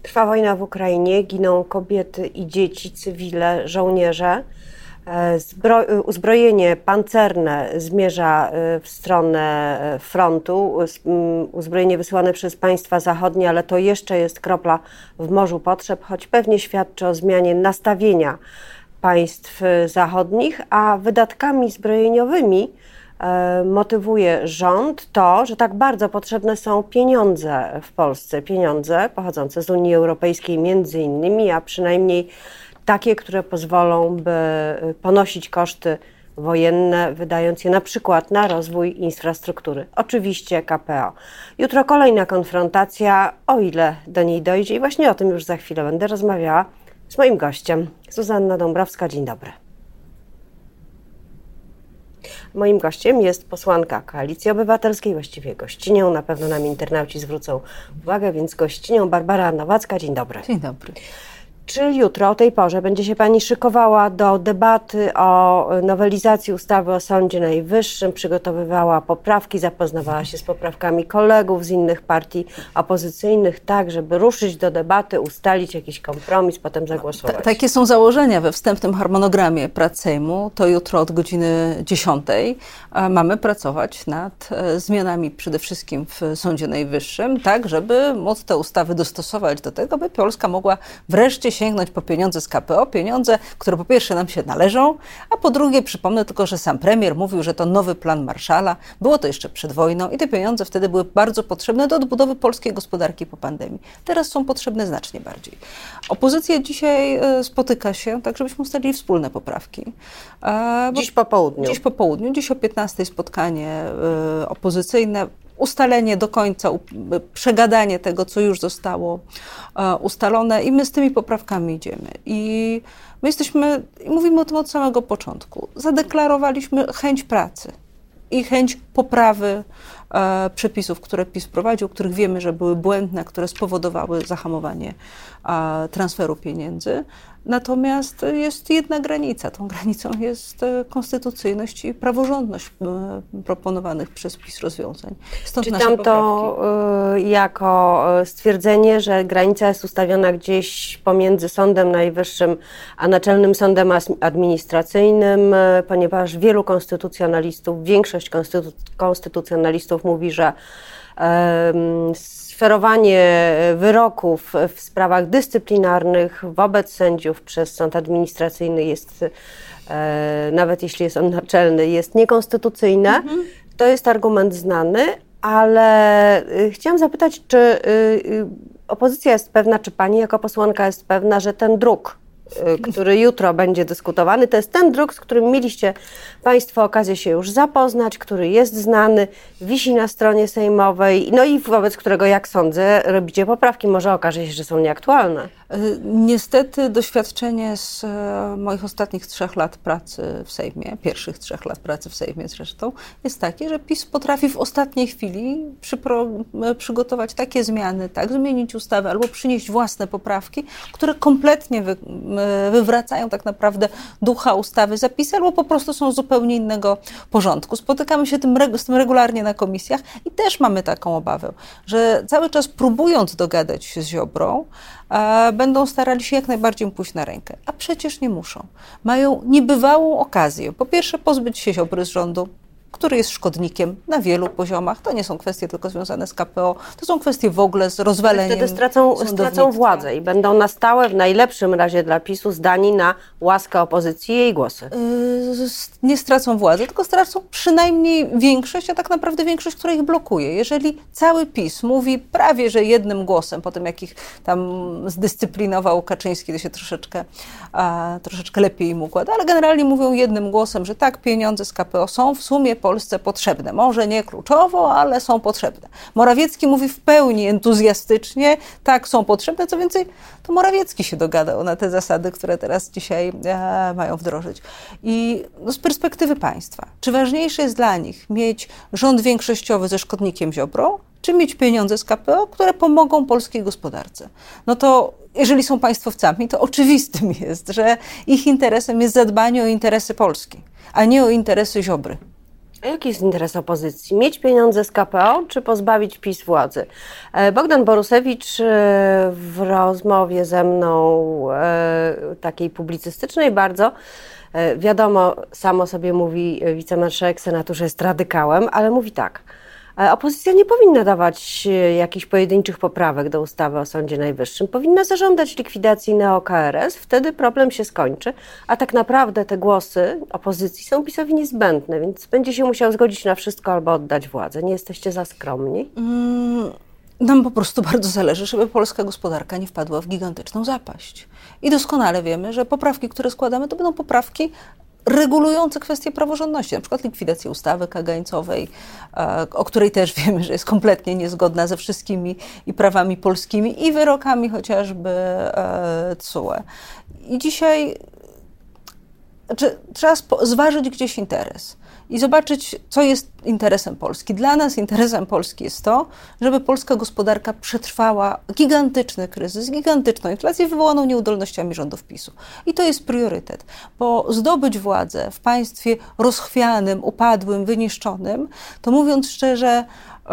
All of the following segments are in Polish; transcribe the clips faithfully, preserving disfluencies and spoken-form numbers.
Trwa wojna w Ukrainie, giną kobiety i dzieci, cywile, żołnierze. Zbro- uzbrojenie pancerne zmierza w stronę frontu, uzbrojenie wysyłane przez państwa zachodnie, ale to jeszcze jest kropla w morzu potrzeb, choć pewnie świadczy o zmianie nastawienia państw zachodnich, a wydatkami zbrojeniowymi motywuje rząd to, że tak bardzo potrzebne są pieniądze w Polsce, pieniądze pochodzące z Unii Europejskiej między innymi, a przynajmniej takie, które pozwolą, by ponosić koszty wojenne, wydając je na przykład na rozwój infrastruktury. Oczywiście K P O. Jutro kolejna konfrontacja, o ile do niej dojdzie, i właśnie o tym już za chwilę będę rozmawiała z moim gościem. Zuzanna Dąbrowska, dzień dobry. Moim gościem jest posłanka Koalicji Obywatelskiej, właściwie gościnią, na pewno nam internauci zwrócą uwagę, więc gościnią Barbara Nowacka, dzień dobry. Dzień dobry. Czy jutro o tej porze będzie się Pani szykowała do debaty o nowelizacji ustawy o Sądzie Najwyższym, przygotowywała poprawki, zapoznawała się z poprawkami kolegów z innych partii opozycyjnych, tak, żeby ruszyć do debaty, ustalić jakiś kompromis, potem zagłosować? T- takie są założenia we wstępnym harmonogramie prac Sejmu. To jutro od godziny dziesiątej mamy pracować nad zmianami przede wszystkim w Sądzie Najwyższym, tak, żeby móc te ustawy dostosować do tego, by Polska mogła wreszcie sięgnąć po pieniądze z K P O, pieniądze, które po pierwsze nam się należą, a po drugie przypomnę tylko, że sam premier mówił, że to nowy plan Marshalla, było to jeszcze przed wojną i te pieniądze wtedy były bardzo potrzebne do odbudowy polskiej gospodarki po pandemii. Teraz są potrzebne znacznie bardziej. Opozycja dzisiaj spotyka się, tak żebyśmy ustalili wspólne poprawki. Dziś po południu. Dziś po południu, dziś o piętnastej spotkanie opozycyjne. Ustalenie do końca, przegadanie tego, co już zostało ustalone i my z tymi poprawkami idziemy. I my jesteśmy, i mówimy o tym od samego początku, zadeklarowaliśmy chęć pracy i chęć poprawy e, przepisów, które PiS wprowadził, których wiemy, że były błędne, które spowodowały zahamowanie e, transferu pieniędzy. Natomiast jest jedna granica. Tą granicą jest konstytucyjność i praworządność proponowanych przez PiS rozwiązań. Stąd Czytam to y, jako stwierdzenie, że granica jest ustawiona gdzieś pomiędzy Sądem Najwyższym a Naczelnym Sądem Administracyjnym, y, ponieważ wielu konstytucjonalistów, większość konstytu- konstytucjonalistów mówi, że y, sferowanie wyroków w sprawach dyscyplinarnych wobec sędziów przez sąd administracyjny jest, e, nawet jeśli jest on naczelny, jest niekonstytucyjne. Mhm. To jest argument znany, ale chciałam zapytać, czy y, y, opozycja jest pewna, czy Pani jako posłanka jest pewna, że ten druk, który jutro będzie dyskutowany, to jest ten druk, z którym mieliście Państwo okazję się już zapoznać, który jest znany, wisi na stronie sejmowej, no i wobec którego, jak sądzę, robicie poprawki. Może okaże się, że są nieaktualne. Niestety doświadczenie z moich ostatnich trzech lat pracy w Sejmie, pierwszych trzech lat pracy w Sejmie zresztą, jest takie, że PiS potrafi w ostatniej chwili przypro- przygotować takie zmiany, tak, zmienić ustawę albo przynieść własne poprawki, które kompletnie wy- wywracają tak naprawdę ducha ustawy, zapisy, albo po prostu są zupełnie innego porządku. Spotykamy się tym, z tym regularnie na komisjach i też mamy taką obawę, że cały czas próbując dogadać się z Ziobrą, e, będą starali się jak najbardziej im pójść na rękę. A przecież nie muszą. Mają niebywałą okazję, po pierwsze pozbyć się Ziobry z rządu, który jest szkodnikiem na wielu poziomach. To nie są kwestie tylko związane z K P O, to są kwestie w ogóle z rozwaleniem. Wtedy stracą, stracą władzę i będą na stałe, w najlepszym razie dla PiSu, zdani na łaskę opozycji i jej głosy. Yy, nie stracą władzy, tylko stracą przynajmniej większość, a tak naprawdę większość, która ich blokuje. Jeżeli cały PiS mówi prawie, że jednym głosem, po tym jak ich tam zdyscyplinował Kaczyński, to się troszeczkę, a, troszeczkę lepiej im układa, ale generalnie mówią jednym głosem, że tak, pieniądze z K P O są w sumie Polsce potrzebne. Może nie kluczowo, ale są potrzebne. Morawiecki mówi w pełni entuzjastycznie, tak, są potrzebne. Co więcej, to Morawiecki się dogadał na te zasady, które teraz dzisiaj e, mają wdrożyć. I no, z perspektywy państwa, czy ważniejsze jest dla nich mieć rząd większościowy ze szkodnikiem Ziobrą, czy mieć pieniądze z K P O, które pomogą polskiej gospodarce? No to jeżeli są państwowcami, to oczywistym jest, że ich interesem jest zadbanie o interesy Polski, a nie o interesy Ziobry. A jaki jest interes opozycji? Mieć pieniądze z K P O, czy pozbawić PiS władzy? Bogdan Borusewicz w rozmowie ze mną, takiej publicystycznej bardzo, wiadomo, sam o sobie mówi wicemarszałek Senatu, że jest radykałem, ale mówi tak: opozycja nie powinna dawać jakichś pojedynczych poprawek do ustawy o Sądzie Najwyższym. Powinna zażądać likwidacji neo-K R S, wtedy problem się skończy. A tak naprawdę te głosy opozycji są PiS-owi niezbędne, więc będzie się musiał zgodzić na wszystko albo oddać władzę. Nie jesteście za skromni? Mm, nam po prostu bardzo zależy, żeby polska gospodarka nie wpadła w gigantyczną zapaść. I doskonale wiemy, że poprawki, które składamy, to będą poprawki regulujące kwestie praworządności, na przykład likwidację ustawy kagańcowej, o której też wiemy, że jest kompletnie niezgodna ze wszystkimi i prawami polskimi, i wyrokami chociażby T S U E. I dzisiaj znaczy, trzeba zważyć gdzieś interes i zobaczyć, co jest interesem Polski. Dla nas interesem Polski jest to, żeby polska gospodarka przetrwała gigantyczny kryzys, gigantyczną inflację wywołaną nieudolnościami rządów PiSu. I to jest priorytet, bo zdobyć władzę w państwie rozchwianym, upadłym, wyniszczonym, to mówiąc szczerze,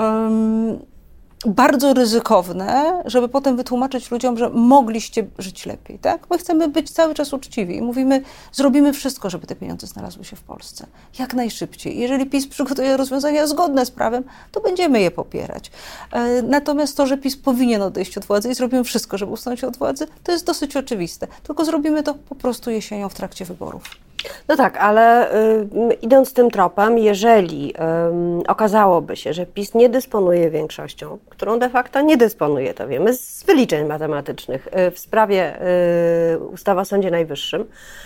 um, bardzo ryzykowne, żeby potem wytłumaczyć ludziom, że mogliście żyć lepiej, tak? My chcemy być cały czas uczciwi i mówimy, zrobimy wszystko, żeby te pieniądze znalazły się w Polsce. Jak najszybciej. Jeżeli PiS przygotuje rozwiązania zgodne z prawem, to będziemy je popierać. Natomiast to, że PiS powinien odejść od władzy i zrobimy wszystko, żeby usunąć od władzy, to jest dosyć oczywiste. Tylko zrobimy to po prostu jesienią w trakcie wyborów. No tak, ale y, idąc tym tropem, jeżeli y, okazałoby się, że PiS nie dysponuje większością, którą de facto nie dysponuje, to wiemy z wyliczeń matematycznych, y, w sprawie y, ustawy o Sądzie Najwyższym,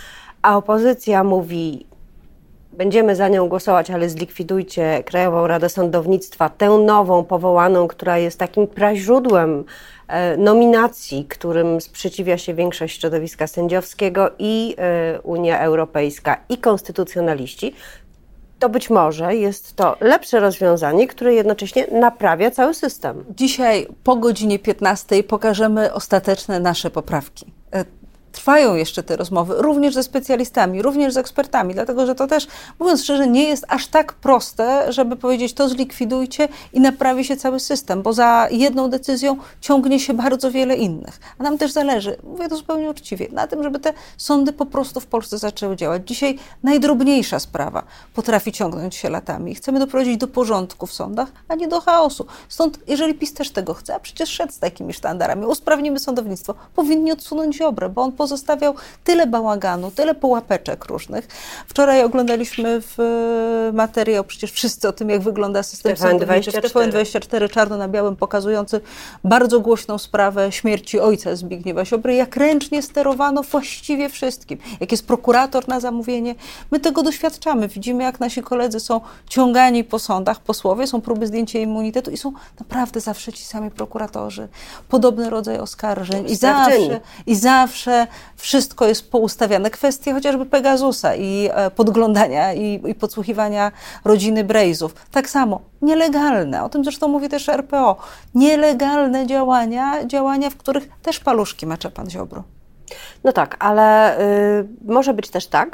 a opozycja mówi: będziemy za nią głosować, ale zlikwidujcie Krajową Radę Sądownictwa, tę nową powołaną, która jest takim praźródłem nominacji, którym sprzeciwia się większość środowiska sędziowskiego i Unia Europejska, i konstytucjonaliści, to być może jest to lepsze rozwiązanie, które jednocześnie naprawia cały system. Dzisiaj po godzinie piętnastej pokażemy ostateczne nasze poprawki. Trwają jeszcze te rozmowy, również ze specjalistami, również z ekspertami, dlatego że to też, mówiąc szczerze, nie jest aż tak proste, żeby powiedzieć, to zlikwidujcie i naprawi się cały system, bo za jedną decyzją ciągnie się bardzo wiele innych. A nam też zależy, mówię to zupełnie uczciwie, na tym, żeby te sądy po prostu w Polsce zaczęły działać. Dzisiaj najdrobniejsza sprawa potrafi ciągnąć się latami. Chcemy doprowadzić do porządku w sądach, a nie do chaosu. Stąd, jeżeli PiS też tego chce, a przecież szedł z takimi sztandarami, usprawnimy sądownictwo, powinni odsunąć Ziobrę, bo on pozostawiał tyle bałaganu, tyle pułapeczek różnych. Wczoraj oglądaliśmy w materiał, przecież wszyscy o tym, jak wygląda system sądowniczy w T V N dwadzieścia cztery, czarno na białym, pokazujący bardzo głośną sprawę śmierci ojca Zbigniewa Ziobry, jak ręcznie sterowano właściwie wszystkim, jak jest prokurator na zamówienie. My tego doświadczamy. Widzimy, jak nasi koledzy są ciągani po sądach, posłowie, są próby zdjęcia immunitetu i są naprawdę zawsze ci sami prokuratorzy. Podobny rodzaj oskarżeń i zawsze, i zawsze wszystko jest poustawiane. Kwestie chociażby Pegasusa i podglądania i, i podsłuchiwania rodziny Brejzów. Tak samo nielegalne, o tym zresztą mówi też R P O, nielegalne działania, działania, w których też paluszki macza pan Ziobro. No tak, ale y, może być też tak,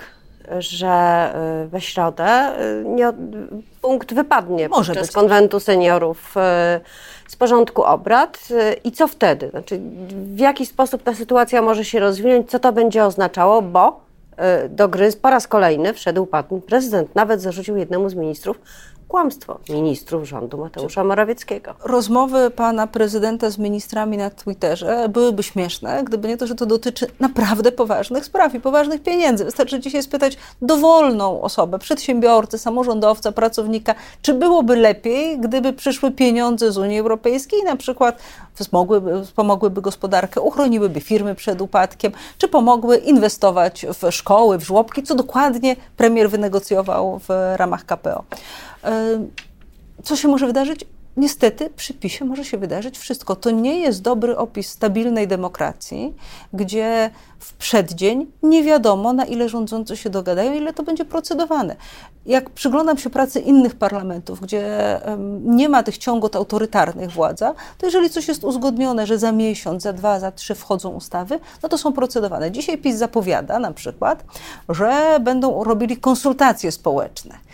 że y, we środę y, nie, punkt wypadnie może podczas być. konwentu seniorów y, z porządku obrad y, i co wtedy? Znaczy, w jaki sposób ta sytuacja może się rozwinąć, co to będzie oznaczało, bo y, do gry po raz kolejny wszedł pan prezydent, nawet zarzucił jednemu z ministrów kłamstwo ministrów rządu Mateusza Morawieckiego. Rozmowy pana prezydenta z ministrami na Twitterze byłyby śmieszne, gdyby nie to, że to dotyczy naprawdę poważnych spraw i poważnych pieniędzy. Wystarczy dzisiaj spytać dowolną osobę, przedsiębiorcę, samorządowca, pracownika, czy byłoby lepiej, gdyby przyszły pieniądze z Unii Europejskiej i na przykład wspomogłyby, wspomogłyby gospodarkę, uchroniłyby firmy przed upadkiem, czy pomogły inwestować w szkoły, w żłobki, co dokładnie premier wynegocjował w ramach K P O. Co się może wydarzyć? Niestety przy PiSie może się wydarzyć wszystko. To nie jest dobry opis stabilnej demokracji, gdzie w przeddzień nie wiadomo, na ile rządzący się dogadają, ile to będzie procedowane. Jak przyglądam się pracy innych parlamentów, gdzie nie ma tych ciągot autorytarnych władza, to jeżeli coś jest uzgodnione, że za miesiąc, za dwa, za trzy wchodzą ustawy, no to są procedowane. Dzisiaj PiS zapowiada na przykład, że będą robili konsultacje społeczne.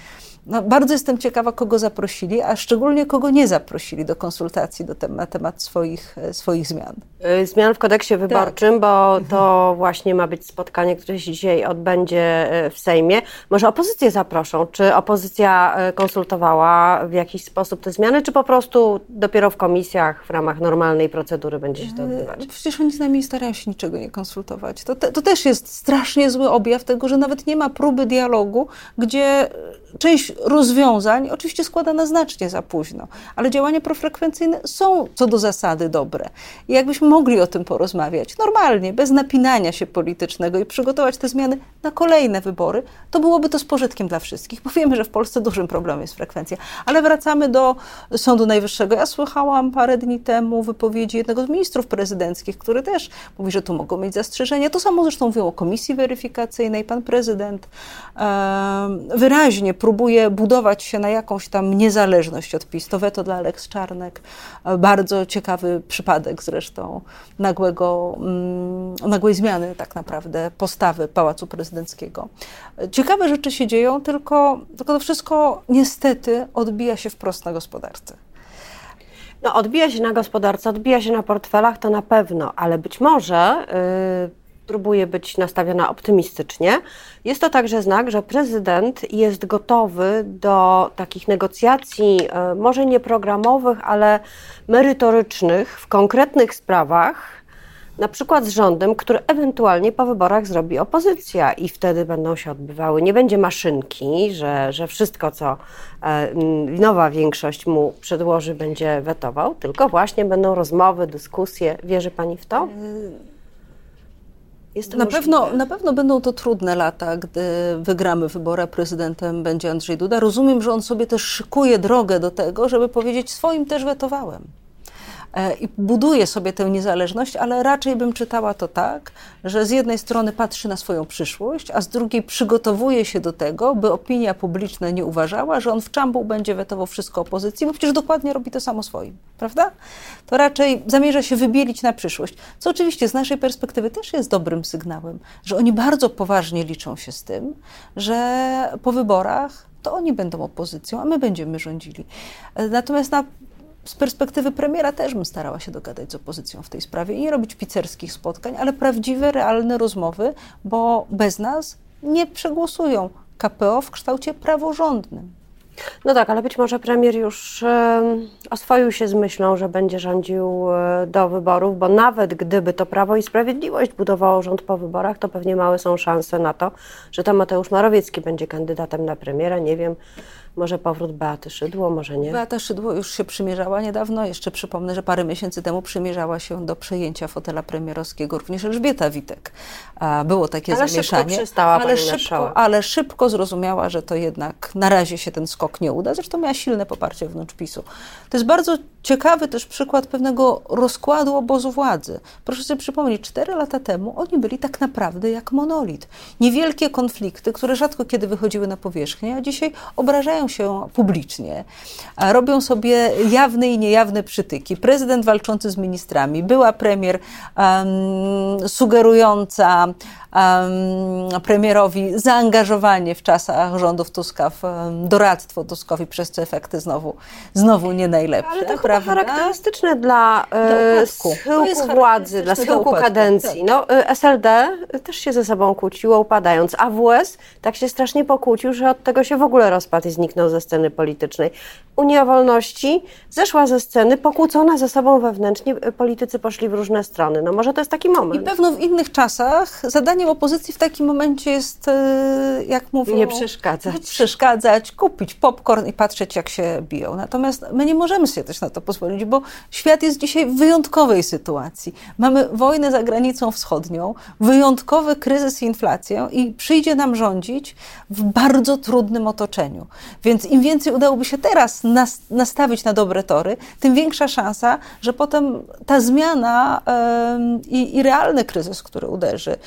No, bardzo jestem ciekawa, kogo zaprosili, a szczególnie kogo nie zaprosili do konsultacji do tem- na temat swoich, swoich zmian. Zmian w kodeksie wyborczym, tak. Bo to właśnie ma być spotkanie, które się dzisiaj odbędzie w Sejmie. Może opozycję zaproszą? Czy opozycja konsultowała w jakiś sposób te zmiany, czy po prostu dopiero w komisjach w ramach normalnej procedury będzie się to odbywać? Przecież oni z nami starają się niczego nie konsultować. To, te, to też jest strasznie zły objaw tego, że nawet nie ma próby dialogu, gdzie część rozwiązań oczywiście składana znacznie za późno, ale działania profrekwencyjne są co do zasady dobre. I jakbyśmy mogli o tym porozmawiać normalnie, bez napinania się politycznego i przygotować te zmiany na kolejne wybory, to byłoby to z pożytkiem dla wszystkich, bo wiemy, że w Polsce dużym problemem jest frekwencja. Ale wracamy do Sądu Najwyższego. Ja słuchałam parę dni temu wypowiedzi jednego z ministrów prezydenckich, który też mówi, że tu mogą mieć zastrzeżenia. To samo zresztą mówił o komisji weryfikacyjnej. Pan prezydent e, wyraźnie próbuje budować się na jakąś tam niezależność od PiS. To weto dla Lex Czarnek. E, bardzo ciekawy przypadek zresztą nagłego, mm, nagłej zmiany tak naprawdę postawy Pałacu Prezydenckiego. Ciekawe rzeczy się dzieją, tylko, tylko to wszystko niestety odbija się wprost na gospodarce. No, odbija się na gospodarce, odbija się na portfelach, to na pewno, ale być może yy, próbuje być nastawiona optymistycznie. Jest to także znak, że prezydent jest gotowy do takich negocjacji, yy, może nie programowych, ale merytorycznych w konkretnych sprawach, na przykład z rządem, który ewentualnie po wyborach zrobi opozycja i wtedy będą się odbywały. Nie będzie maszynki, że, że wszystko, co e, nowa większość mu przedłoży, będzie wetował, tylko właśnie będą rozmowy, dyskusje. Wierzy pani w to? Jest to na, pewno, na pewno będą to trudne lata, gdy wygramy wybory, a prezydentem będzie Andrzej Duda. Rozumiem, że on sobie też szykuje drogę do tego, żeby powiedzieć, swoim też wetowałem. I buduje sobie tę niezależność, ale raczej bym czytała to tak, że z jednej strony patrzy na swoją przyszłość, a z drugiej przygotowuje się do tego, by opinia publiczna nie uważała, że on w czambuł będzie wetował wszystko opozycji, bo przecież dokładnie robi to samo swoim, prawda? To raczej zamierza się wybielić na przyszłość, co oczywiście z naszej perspektywy też jest dobrym sygnałem, że oni bardzo poważnie liczą się z tym, że po wyborach to oni będą opozycją, a my będziemy rządzili. Natomiast na Z perspektywy premiera też bym starała się dogadać z opozycją w tej sprawie i nie robić pizzerskich spotkań, ale prawdziwe, realne rozmowy, bo bez nas nie przegłosują K P O w kształcie praworządnym. No tak, ale być może premier już e, oswoił się z myślą, że będzie rządził e, do wyborów, bo nawet gdyby to Prawo i Sprawiedliwość budowało rząd po wyborach, to pewnie małe są szanse na to, że to Mateusz Morawiecki będzie kandydatem na premiera. Nie wiem, może powrót Beaty Szydło, może nie. Beata Szydło już się przymierzała niedawno. Jeszcze przypomnę, że parę miesięcy temu przymierzała się do przejęcia fotela premierowskiego również Elżbieta Witek. Było takie ale zamieszanie. Szybko przystała, ale pani szybko, ale szybko zrozumiała, że to jednak na razie się ten skok nie uda. Zresztą miała silne poparcie wewnątrz PiSu. To jest bardzo ciekawy też przykład pewnego rozkładu obozu władzy. Proszę sobie przypomnieć, cztery lata temu oni byli tak naprawdę jak monolit. Niewielkie konflikty, które rzadko kiedy wychodziły na powierzchnię, a dzisiaj obrażają się publicznie. Robią sobie jawne i niejawne przytyki. Prezydent walczący z ministrami, była premier um, sugerująca um, premierowi zaangażowanie w czasach rządów Tuska w um, doradztwo Tuskowi, przez co efekty znowu, znowu nie najlepsze. Ale to chyba charakterystyczne dla e, schyłku władzy, dla schyłku kadencji. No, S L D też się ze sobą kłóciło, upadając. A W S tak się strasznie pokłócił, że od tego się w ogóle rozpadł i zniknął ze sceny politycznej. Unia Wolności zeszła ze sceny, pokłócona ze sobą wewnętrznie, politycy poszli w różne strony. No może to jest taki moment. I pewno w innych czasach zadaniem opozycji w takim momencie jest, jak mówią... Nie przeszkadzać. Nie przeszkadzać, kupić popcorn i patrzeć, jak się biją. Natomiast my nie możemy sobie też na to pozwolić, bo świat jest dzisiaj w wyjątkowej sytuacji. Mamy wojnę za granicą wschodnią, wyjątkowy kryzys i inflację i przyjdzie nam rządzić w bardzo trudnym otoczeniu. Więc im więcej udałoby się teraz nas, nastawić na dobre tory, tym większa szansa, że potem ta zmiana ym, i, i realny kryzys, który uderzy, też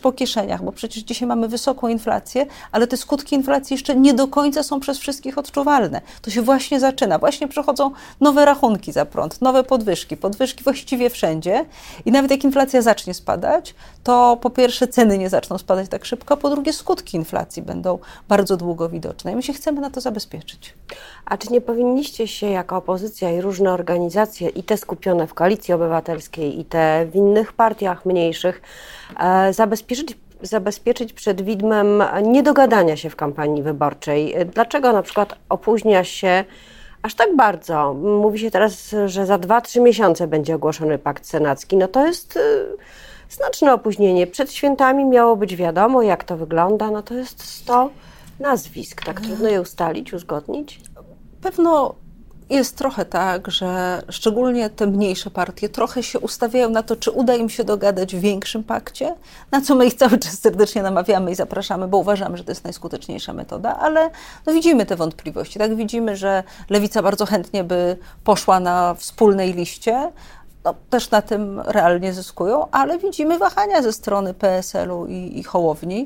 po kieszeniach, bo przecież dzisiaj mamy wysoką inflację, ale te skutki inflacji jeszcze nie do końca są przez wszystkich odczuwalne. To się właśnie zaczyna. Właśnie przychodzą nowe rachunki za prąd, nowe podwyżki, podwyżki właściwie wszędzie i nawet jak inflacja zacznie spadać, to po pierwsze ceny nie zaczną spadać tak szybko, a po drugie skutki inflacji będą bardzo długo widoczne i my się chcemy na to zabezpieczyć. A czy nie powinniście się jako opozycja i różne organizacje, i te skupione w Koalicji Obywatelskiej, i te w innych partiach mniejszych, e, zabezpieczyć, zabezpieczyć przed widmem niedogadania się w kampanii wyborczej? Dlaczego na przykład opóźnia się aż tak bardzo? Mówi się teraz, że za dwa, trzy miesiące będzie ogłoszony pakt senacki. No to jest... E, Znaczne opóźnienie. Przed świętami miało być wiadomo, jak to wygląda. No to jest sto nazwisk. Tak trudno je ustalić, uzgodnić? Pewno jest trochę tak, że szczególnie te mniejsze partie trochę się ustawiają na to, czy uda im się dogadać w większym pakcie, na co my ich cały czas serdecznie namawiamy i zapraszamy, bo uważamy, że to jest najskuteczniejsza metoda, ale no widzimy te wątpliwości. Tak, widzimy, że Lewica bardzo chętnie by poszła na wspólnej liście, no, też na tym realnie zyskują, ale widzimy wahania ze strony P S L u i, i Hołowni.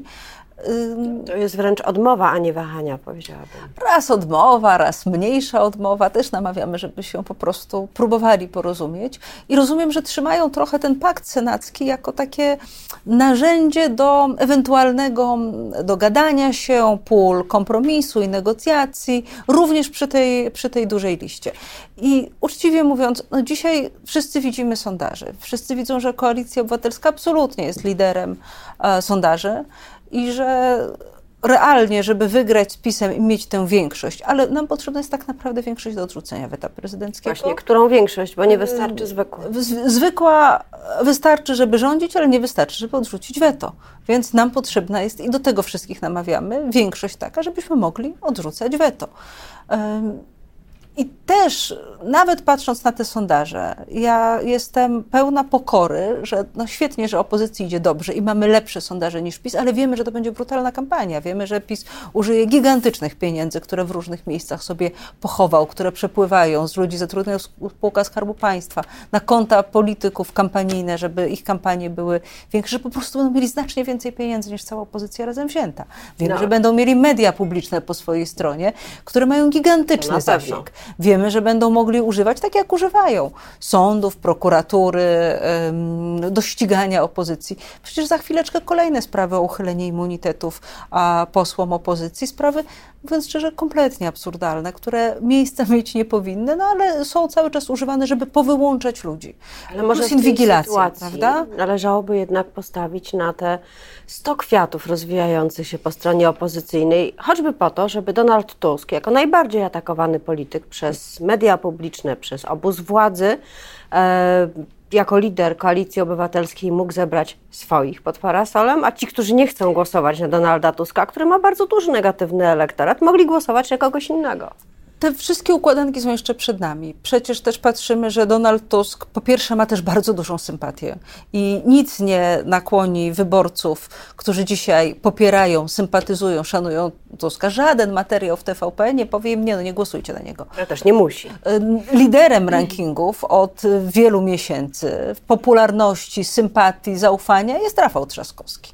To jest wręcz odmowa, a nie wahania, powiedziałabym. Raz odmowa, raz mniejsza odmowa. Też namawiamy, żeby się po prostu próbowali porozumieć. I rozumiem, że trzymają trochę ten pakt senacki jako takie narzędzie do ewentualnego dogadania się, pól kompromisu i negocjacji, również przy tej, przy tej dużej liście. I uczciwie mówiąc, no dzisiaj wszyscy widzimy sondaże. Wszyscy widzą, że Koalicja Obywatelska absolutnie jest liderem e, sondaży. I że realnie, żeby wygrać z PiS-em i mieć tę większość, ale nam potrzebna jest tak naprawdę większość do odrzucenia weta prezydenckiego. Właśnie, którą większość, bo nie wystarczy zwykła. Zwykła wystarczy, żeby rządzić, ale nie wystarczy, żeby odrzucić weto. Więc nam potrzebna jest, i do tego wszystkich namawiamy, większość taka, żebyśmy mogli odrzucać weto. I też, nawet patrząc na te sondaże, ja jestem pełna pokory, że no świetnie, że opozycji idzie dobrze i mamy lepsze sondaże niż PiS, ale wiemy, że to będzie brutalna kampania. Wiemy, że PiS użyje gigantycznych pieniędzy, które w różnych miejscach sobie pochował, które przepływają z ludzi zatrudnionych w spółkach Skarbu Państwa na konta polityków kampanijne, żeby ich kampanie były większe, że po prostu będą mieli znacznie więcej pieniędzy niż cała opozycja razem wzięta. Wiemy, no. że będą mieli media publiczne po swojej stronie, które mają gigantyczny zasięg. Wiemy, że będą mogli używać, tak jak używają, sądów, prokuratury, ym, do ścigania opozycji. Przecież za chwileczkę kolejne sprawy o uchylenie immunitetów a posłom opozycji, sprawy, mówiąc szczerze, kompletnie absurdalne, które miejsca mieć nie powinny, no ale są cały czas używane, żeby powyłączać ludzi. Ale może w tej inwigilacja, sytuacji prawda? Należałoby jednak postawić na te sto kwiatów rozwijających się po stronie opozycyjnej, choćby po to, żeby Donald Tusk, jako najbardziej atakowany polityk przez media publiczne, przez obóz władzy, e, jako lider Koalicji Obywatelskiej mógł zebrać swoich pod parasolem, a ci, którzy nie chcą głosować na Donalda Tuska, który ma bardzo duży negatywny elektorat, mogli głosować na kogoś innego. Te wszystkie układanki są jeszcze przed nami. Przecież też patrzymy, że Donald Tusk po pierwsze ma też bardzo dużą sympatię i nic nie nakłoni wyborców, którzy dzisiaj popierają, sympatyzują, szanują Tuska. Żaden materiał w T V P nie powie im, nie, no nie głosujcie na niego. Ale też nie musi. Liderem rankingów od wielu miesięcy w popularności, sympatii, zaufania jest Rafał Trzaskowski.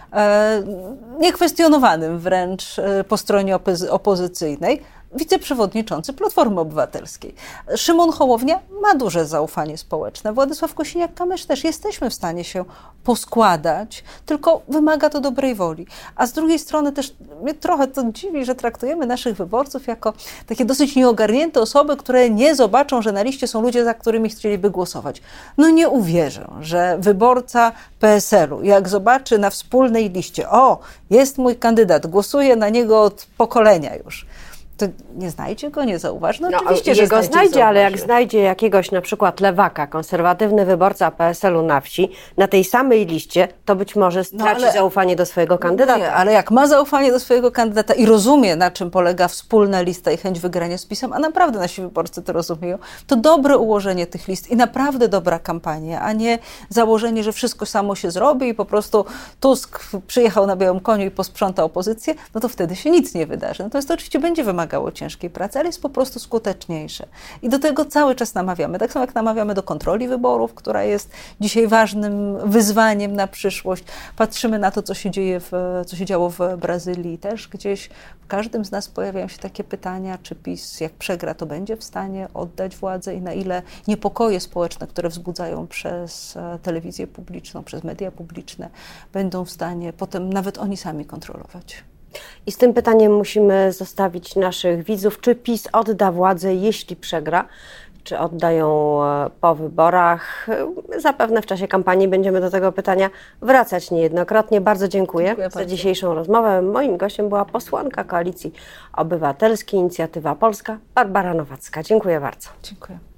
Niekwestionowanym wręcz po stronie opozy- opozycyjnej, wiceprzewodniczący Platformy Obywatelskiej. Szymon Hołownia ma duże zaufanie społeczne. Władysław Kosiniak-Kamysz też. Jesteśmy w stanie się poskładać, tylko wymaga to dobrej woli. A z drugiej strony też mnie trochę to dziwi, że traktujemy naszych wyborców jako takie dosyć nieogarnięte osoby, które nie zobaczą, że na liście są ludzie, za którymi chcieliby głosować. No nie uwierzę, że wyborca P S L u, jak zobaczy na wspólnej liście, o, jest mój kandydat, głosuję na niego od pokolenia już, to nie znajdzie go, nie zauważy? No, no oczywiście, że go znajdzie, znajdzie, ale jak zauważy. znajdzie jakiegoś na przykład lewaka, konserwatywny wyborca P S L u na wsi, na tej samej liście, to być może straci No, ale- zaufanie do swojego kandydata. Nie, ale jak ma zaufanie do swojego kandydata i rozumie, na czym polega wspólna lista i chęć wygrania z PiS-em, a naprawdę nasi wyborcy to rozumieją, to dobre ułożenie tych list i naprawdę dobra kampania, a nie założenie, że wszystko samo się zrobi i po prostu Tusk przyjechał na białym koniu i posprząta opozycję, no to wtedy się nic nie wydarzy. Natomiast to oczywiście będzie wymagało wymagało ciężkiej pracy, ale jest po prostu skuteczniejsze. I do tego cały czas namawiamy. Tak samo jak namawiamy do kontroli wyborów, która jest dzisiaj ważnym wyzwaniem na przyszłość. Patrzymy na to, co się dzieje, w, co się działo w Brazylii. Też gdzieś w każdym z nas pojawiają się takie pytania, czy PiS, jak przegra, to będzie w stanie oddać władzę i na ile niepokoje społeczne, które wzbudzają przez telewizję publiczną, przez media publiczne, będą w stanie potem nawet oni sami kontrolować. I z tym pytaniem musimy zostawić naszych widzów. Czy PiS odda władzę, jeśli przegra? Czy oddają po wyborach? Zapewne w czasie kampanii będziemy do tego pytania wracać niejednokrotnie. Bardzo dziękuję, dziękuję za bardzo. dzisiejszą rozmowę. Moim gościem była posłanka Koalicji Obywatelskiej, Inicjatywa Polska, Barbara Nowacka. Dziękuję bardzo. Dziękuję.